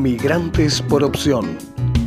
Migrantes por opción.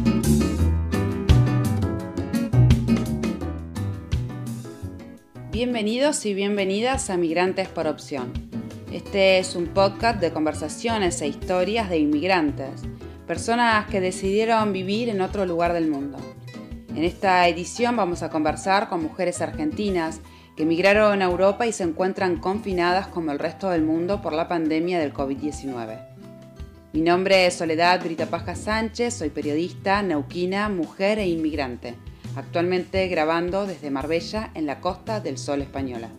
Bienvenidos y bienvenidas a Migrantes por opción. Este es un podcast de conversaciones e historias de inmigrantes, personas que decidieron vivir en otro lugar del mundo. En esta edición vamos a conversar con mujeres argentinas que emigraron a Europa y se encuentran confinadas como el resto del mundo por la pandemia del COVID-19. Mi nombre es Soledad Brita Paja Sánchez, soy periodista, neuquina, mujer e inmigrante, actualmente grabando desde Marbella en la Costa del Sol española.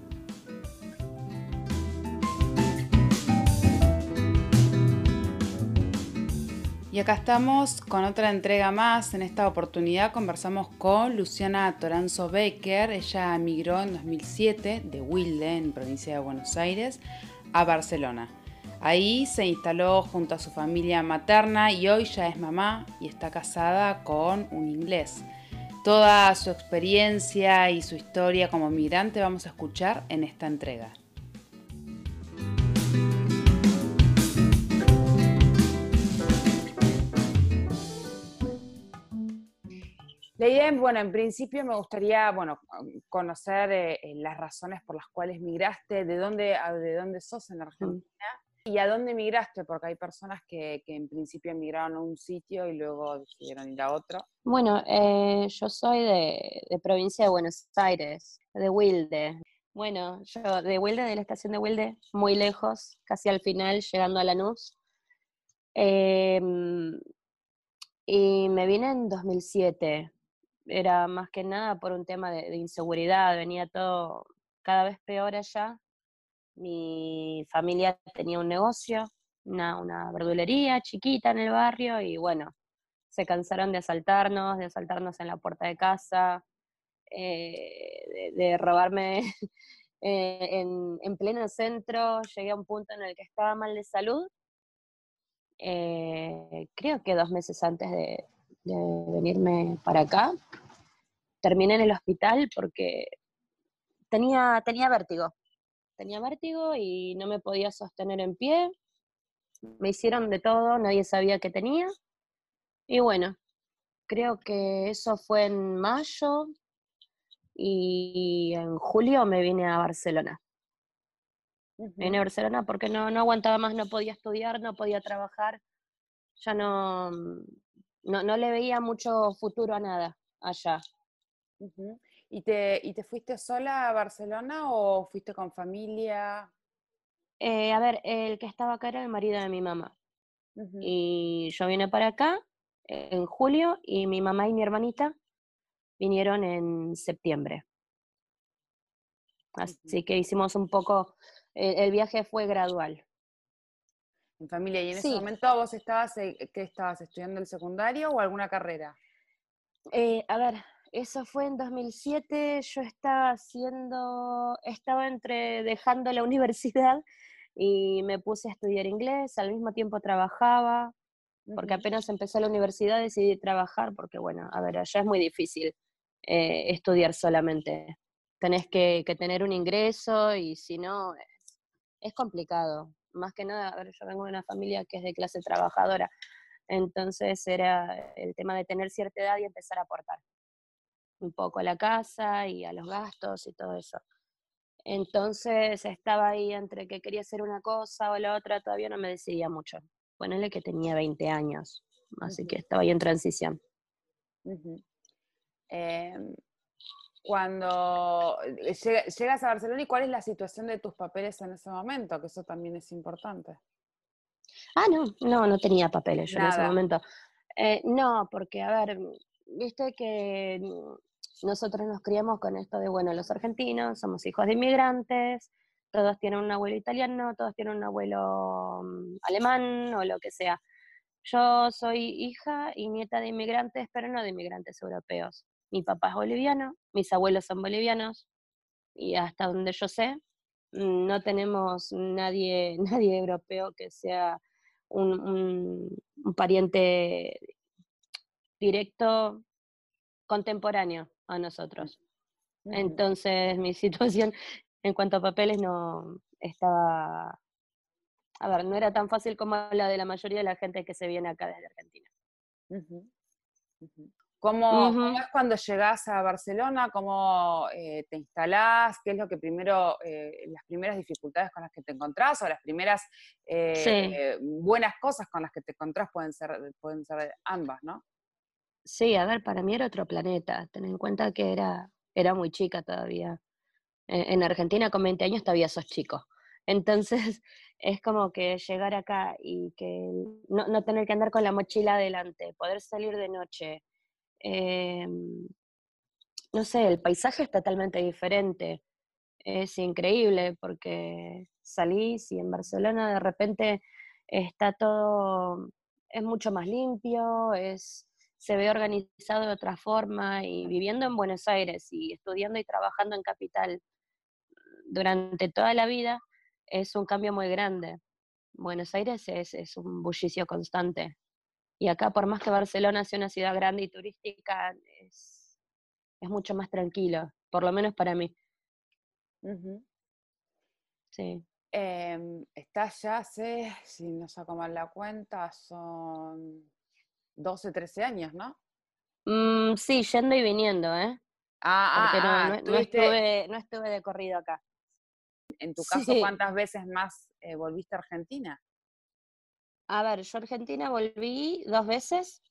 Y acá estamos con otra entrega más. En esta oportunidad conversamos con Luciana Toranzo Becker. Ella emigró en 2007 de Wilde, en provincia de Buenos Aires, a Barcelona. Ahí se instaló junto a su familia materna y hoy ya es mamá y está casada con un inglés. Toda su experiencia y su historia como migrante vamos a escuchar en esta entrega. La idea, en principio me gustaría, conocer las razones por las cuales migraste, de dónde sos en Argentina y a dónde migraste, porque hay personas que en principio emigraron a un sitio y luego decidieron ir a otro. Bueno, yo soy de provincia de Buenos Aires, de Wilde. Bueno, yo de Wilde, de la estación de Wilde, muy lejos, casi al final, llegando a Lanús. Y me vine en 2007. Era más que nada por un tema de inseguridad, venía todo cada vez peor allá. Mi familia tenía un negocio, una verdulería chiquita en el barrio y bueno, se cansaron de asaltarnos en la puerta de casa, de robarme en pleno centro. Llegué a un punto en el que estaba mal de salud, creo que 2 meses antes de venirme para acá. Terminé en el hospital porque tenía vértigo y no me podía sostener en pie. Me hicieron de todo, nadie sabía qué tenía. Y bueno, creo que eso fue en mayo y en julio me vine a Barcelona. Uh-huh. Me vine a Barcelona porque no aguantaba más, no podía estudiar, no podía trabajar. Ya no le veía mucho futuro a nada allá. Uh-huh. ¿Y te fuiste sola a Barcelona o fuiste con familia? A ver, el que estaba acá era el marido de mi mamá. Uh-huh. Y yo vine para acá en julio y mi mamá y mi hermanita vinieron en septiembre. Así que hicimos un poco, el viaje fue gradual. En familia. ¿Y en ese Sí, momento vos estabas estudiando el secundario o alguna carrera? a ver, eso fue en 2007, yo estaba entre dejando la universidad y me puse a estudiar inglés, al mismo tiempo trabajaba, porque apenas empecé la universidad decidí trabajar, porque bueno, a ver, allá es muy difícil estudiar solamente. Tenés que tener un ingreso y si no, es complicado. Más que nada, a ver, yo vengo de una familia que es de clase trabajadora, entonces era el tema de tener cierta edad y empezar a aportar un poco a la casa y a los gastos y todo eso. Entonces estaba ahí entre que quería hacer una cosa o la otra, todavía no me decidía mucho. Ponele que tenía 20 años, así que estaba ahí en transición. Uh-huh. Cuando llegas a Barcelona, ¿y cuál es la situación de tus papeles en ese momento? Que eso también es importante. No tenía papeles yo en ese Nada. momento. No, porque, a ver, viste que nosotros nos criamos con esto de, bueno, los argentinos somos hijos de inmigrantes, todos tienen un abuelo italiano, todos tienen un abuelo alemán o lo que sea. Yo soy hija y nieta de inmigrantes, pero no de inmigrantes europeos. Mi papá es boliviano, mis abuelos son bolivianos, y hasta donde yo sé, no tenemos nadie europeo que sea un pariente directo contemporáneo a nosotros. Uh-huh. Entonces mi situación en cuanto a papeles no estaba a ver, no era tan fácil como la de la mayoría de la gente que se viene acá desde Argentina. Ujú, ujú. ¿Cómo Ujú. es cuando llegás a Barcelona? ¿Cómo te instalás? ¿Qué es lo que primero, las primeras dificultades con las que te encontrás o las primeras Sí, buenas cosas con las que te encontrás pueden ser ambas, ¿no? sí, a ver, para mí era otro planeta. Ten en cuenta que era muy chica todavía. En Argentina con 20 años todavía sos chico. Entonces, es como que llegar acá y que no tener que andar con la mochila adelante, poder salir de noche. em, no sé, el paisaje es totalmente diferente. Es increíble porque salís y en Barcelona de repente está todo, es mucho más limpio, se ve organizado de otra forma y viviendo en Buenos Aires y estudiando y trabajando en Capital durante toda la vida es un cambio muy grande. Buenos Aires es un bullicio constante. Y acá, por más que Barcelona sea una ciudad grande y turística, es mucho más tranquilo, por lo menos para mí. Ujú. Sí. Estás ya hace, si no saco mal la cuenta, son 12, 13 años, ¿no? Sí, yendo y viniendo, ¿eh? Porque Estuviste, no estuve de corrido acá. en tu caso, Sí. ¿cuántas veces más volviste a Argentina? A ver, yo a Argentina volví 2 veces.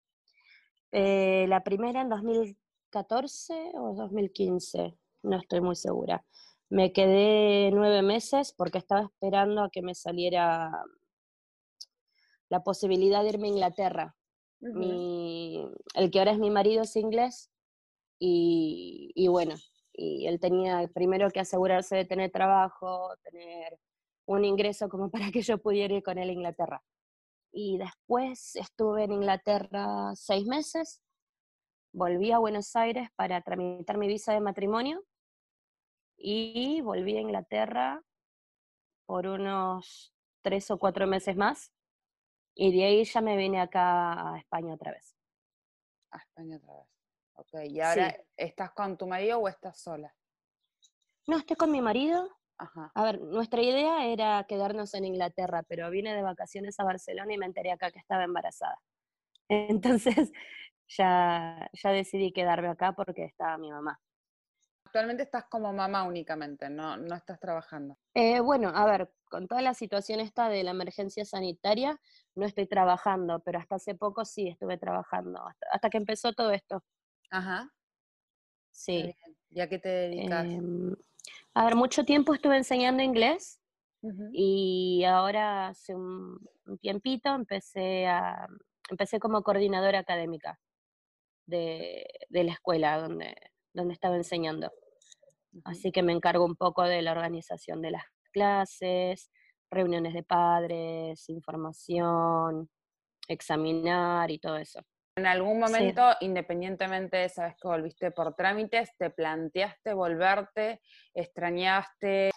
La primera en 2014 o 2015, no estoy muy segura. Me quedé 9 meses porque estaba esperando a que me saliera la posibilidad de irme a Inglaterra. Ujú. El que ahora es mi marido es inglés y bueno, y él tenía primero que asegurarse de tener trabajo, tener un ingreso como para que yo pudiera ir con él a Inglaterra. Y después estuve en Inglaterra 6 meses, volví a Buenos Aires para tramitar mi visa de matrimonio y volví a Inglaterra por unos 3 o 4 meses más y de ahí ya me vine acá a España otra vez. A España otra vez. Ok, ¿y ahora Sí, estás con tu marido o estás sola? no, estoy con mi marido. Ajá. A ver, nuestra idea era quedarnos en Inglaterra, pero vine de vacaciones a Barcelona y me enteré acá que estaba embarazada. Entonces ya decidí quedarme acá porque estaba mi mamá. Actualmente estás como mamá únicamente, no estás trabajando. Bueno, a ver, con toda la situación esta de la emergencia sanitaria, no estoy trabajando, pero hasta hace poco sí estuve trabajando, hasta que empezó todo esto. Ajá, qué Sí. bien. ¿Y a qué te dedicas? Em, a ver, mucho tiempo estuve enseñando inglés Ujú, y ahora hace un tiempito empecé como coordinadora académica de la escuela donde estaba enseñando. ujú. Así que me encargo un poco de la organización de las clases, reuniones de padres, información, examinar y todo eso. En algún Sí, momento, independientemente, sabes que volviste por trámites, ¿te planteaste volverte? ¿Extrañaste?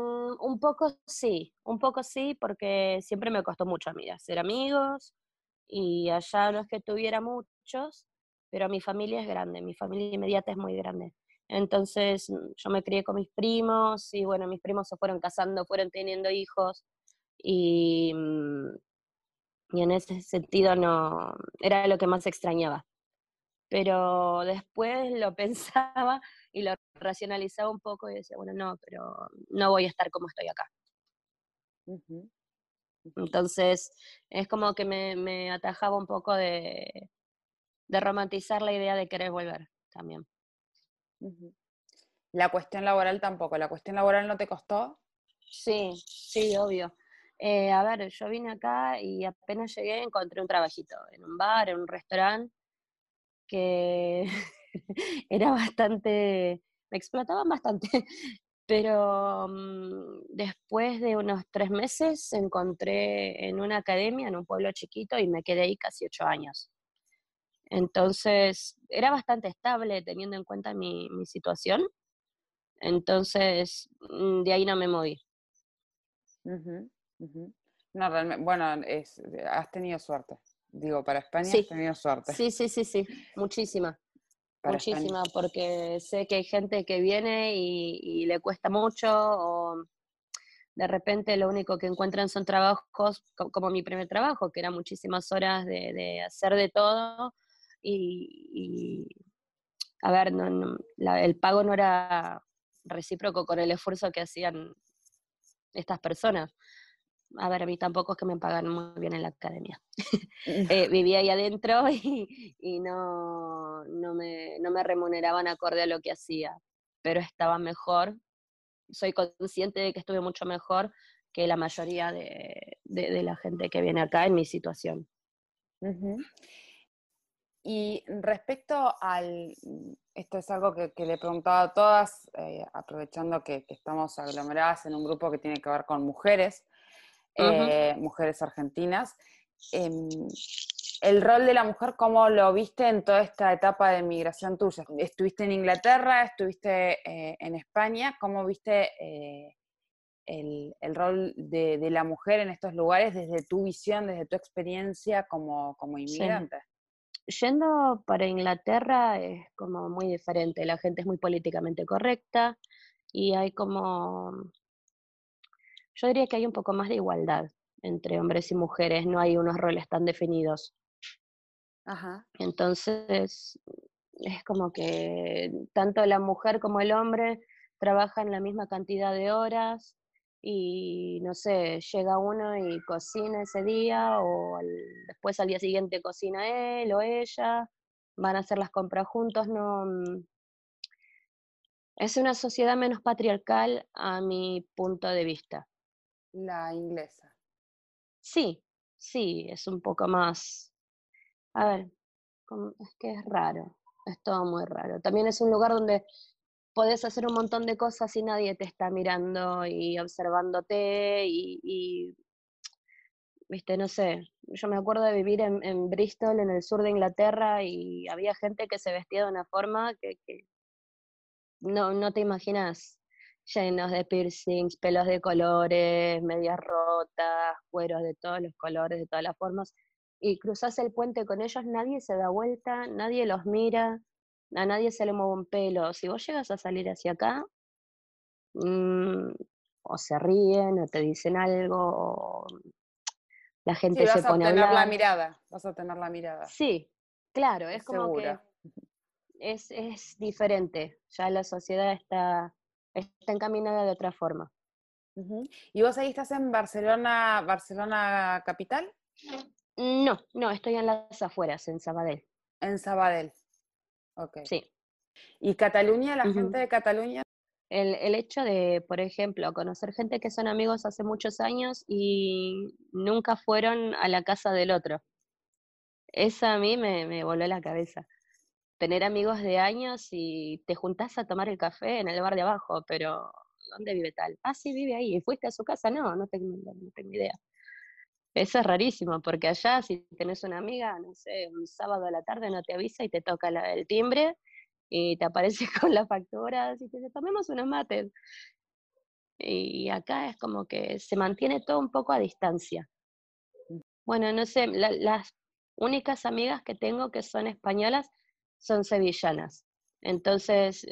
un poco sí, porque siempre me costó mucho a mí hacer amigos y allá no es que tuviera muchos, pero mi familia es grande, mi familia inmediata es muy grande. Entonces yo me crié con mis primos y bueno, mis primos se fueron casando, fueron teniendo hijos y, y en ese sentido no, era lo que más extrañaba. Pero después lo pensaba y lo racionalizaba un poco y decía, bueno, no, pero no voy a estar como estoy acá. Ujú, ujú, Entonces, es como que me atajaba un poco de romantizar la idea de querer volver también. ujú. La cuestión laboral tampoco. ¿La cuestión laboral no te costó? Sí, sí, obvio. A ver, yo vine acá y apenas llegué encontré un trabajito en un bar, en un restaurante, que era bastante, me explotaban bastante, pero después de unos 3 meses encontré en una academia en un pueblo chiquito y me quedé ahí casi 8 años. Entonces, era bastante estable teniendo en cuenta mi situación, entonces, de ahí no me moví. Ujú, ujú. No, realmente, bueno, has tenido suerte. Digo, para España has Sí, tenido suerte. sí, sí, sí, sí, muchísima, Para España. muchísima, porque sé que hay gente que viene y le cuesta mucho, de repente lo único que encuentran son trabajos como mi primer trabajo, que eran muchísimas horas de hacer de todo y a ver, el pago no era recíproco con el esfuerzo que hacían estas personas. A ver, a mí tampoco es que me pagan muy bien en la academia. Vivía ahí adentro y no me remuneraban acorde a lo que hacía, pero estaba mejor. Soy consciente de que estuve mucho mejor que la mayoría de la gente que viene acá en mi situación. Uh-huh. Y respecto esto es algo que le he preguntado a todas, aprovechando que estamos aglomeradas en un grupo que tiene que ver con mujeres, mujeres argentinas. El rol de la mujer, ¿cómo lo viste en toda esta etapa de migración tuya? Estuviste en Inglaterra, estuviste en España, ¿cómo viste el rol de la mujer en estos lugares desde tu visión, desde tu experiencia como inmigrante? Sí. Yendo para Inglaterra es como muy diferente, la gente es muy políticamente correcta y hay como, yo diría que hay un poco más de igualdad entre hombres y mujeres, no hay unos roles tan definidos. Ajá. Entonces, es como que tanto la mujer como el hombre trabajan la misma cantidad de horas y, no sé, llega uno y cocina ese día o después al día siguiente cocina él o ella, van a hacer las compras juntos, no, es una sociedad menos patriarcal a mi punto de vista. La inglesa. Sí, sí, es un poco más, a ver, es que es raro, es todo muy raro. También es un lugar donde podés hacer un montón de cosas y nadie te está mirando y observándote viste, no sé, yo me acuerdo de vivir en Bristol, en el sur de Inglaterra, y había gente que se vestía de una forma que no te imaginas, llenos de piercings, pelos de colores, medias rotas, cueros de todos los colores, de todas las formas, y cruzás el puente con ellos, nadie se da vuelta, nadie los mira, a nadie se le mueve un pelo. Si vos llegas a salir hacia acá, mm, o se ríen, o te dicen algo, o la Sí, gente se vas a pone a obtener la hablar. mirada, vas a obtener la mirada, Sí, claro, es es como que segura. es diferente, ya la sociedad está encaminada de otra forma. Uh-huh. ¿Y vos ahí estás en Barcelona, Barcelona capital? No, estoy en las afueras, en Sabadell. En Sabadell. Ok. Sí. ¿Y Cataluña, la Ujú. gente de Cataluña? El hecho de, por ejemplo, conocer gente que son amigos hace muchos años y nunca fueron a la casa del otro. Eso a mí me voló la cabeza. Tener amigos de años y te juntás a tomar el café en el bar de abajo, pero ¿dónde vive tal? Ah, sí, vive ahí. ¿Y fuiste a su casa? No tengo idea. Eso es rarísimo, porque allá si tenés una amiga, no sé, un sábado a la tarde no te avisa y te toca el timbre y te aparece con las facturas y te dice, tomemos unos mates. Y acá es como que se mantiene todo un poco a distancia. Bueno, no sé, las únicas amigas que tengo que son españolas son sevillanas. Entonces,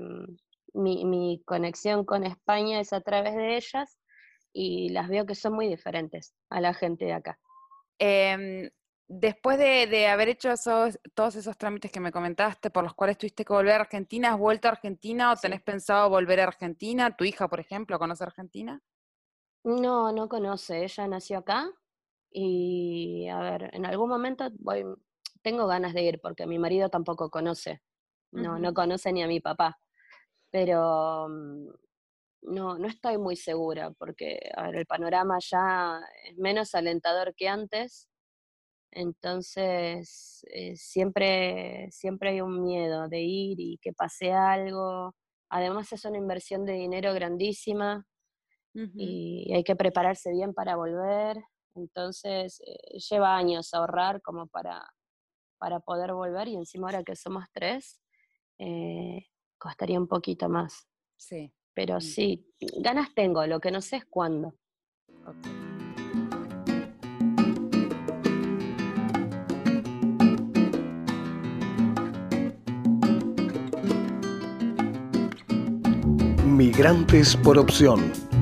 mi conexión con España es a través de ellas y las veo que son muy diferentes a la gente de acá. Después de haber hecho todos esos trámites que me comentaste, por los cuales tuviste que volver a Argentina, ¿has vuelto a Argentina o tenés Sí. pensado volver a Argentina? ¿Tu hija, por ejemplo, conoce Argentina? No conoce, ella nació acá y a ver, en algún momento tengo ganas de ir porque mi marido tampoco conoce, no Uh-huh. conoce ni a mi papá, pero no estoy muy segura porque, a ver, el panorama ya es menos alentador que antes, entonces siempre hay un miedo de ir y que pase algo. Además es una inversión de dinero grandísima Uh-huh. y hay que prepararse bien para volver, entonces lleva años ahorrar como para poder volver y encima ahora que somos tres, costaría un poquito más. Sí. Pero sí, ganas tengo, lo que no sé es cuándo. Okay. Migrantes por opción.